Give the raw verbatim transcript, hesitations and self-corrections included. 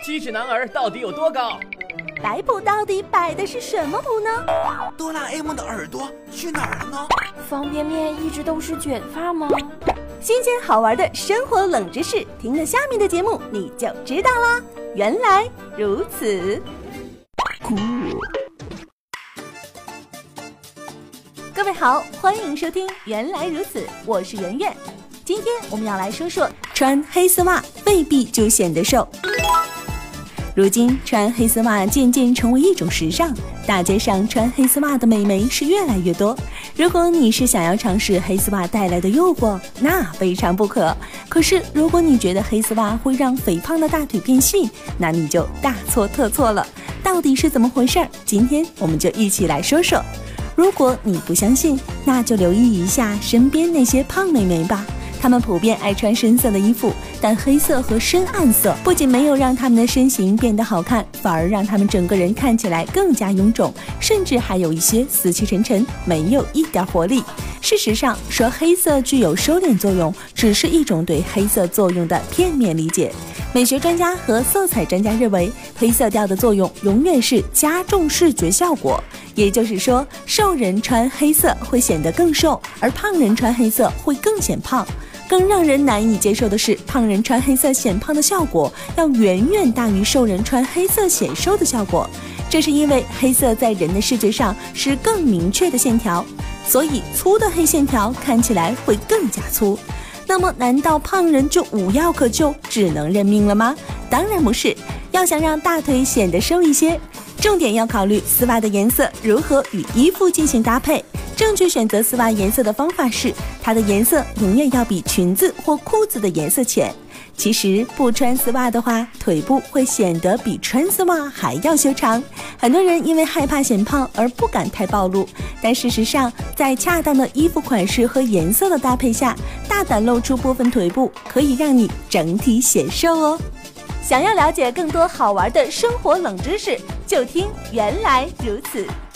七尺男儿到底有多高？ 摆谱到底摆的是什么谱呢？ 哆啦 A 梦的耳朵去哪儿了呢？ 方便面一直都是卷发吗？ 新鲜好玩的生活冷知识，听了下面的节目你就知道啦。原来如此。各位好，欢迎收听《原来如此》，我是圆圆。今天我们要来说说，穿黑丝袜未必就显得瘦。如今穿黑丝袜渐渐成为一种时尚，大街上穿黑丝袜的美眉是越来越多。如果你是想要尝试黑丝袜带来的诱惑，那非常不可。可是如果你觉得黑丝袜会让肥胖的大腿变细，那你就大错特错了。到底是怎么回事？今天我们就一起来说说。如果你不相信，那就留意一下身边那些胖妹妹吧。她们普遍爱穿深色的衣服，但黑色和深暗色不仅没有让她们的身形变得好看，反而让她们整个人看起来更加臃肿，甚至还有一些死气沉沉，没有一点活力。事实上，说黑色具有收敛作用，只是一种对黑色作用的片面理解。美学专家和色彩专家认为，黑色调的作用永远是加重视觉效果，也就是说，瘦人穿黑色会显得更瘦，而胖人穿黑色会更显胖。更让人难以接受的是，胖人穿黑色显胖的效果要远远大于瘦人穿黑色显瘦的效果。这是因为黑色在人的视觉上是更明确的线条，所以粗的黑线条看起来会更加粗。那么难道胖人就无药可救，只能认命了吗？当然不是。要想让大腿显得瘦一些，重点要考虑丝袜的颜色如何与衣服进行搭配。正确选择丝袜颜色的方法是，它的颜色永远要比裙子或裤子的颜色浅。其实不穿丝袜的话，腿部会显得比穿丝袜还要修长。很多人因为害怕显胖而不敢太暴露，但事实上，在恰当的衣服款式和颜色的搭配下，大胆露出部分腿部，可以让你整体显瘦哦。想要了解更多好玩的生活冷知识，就听原来如此。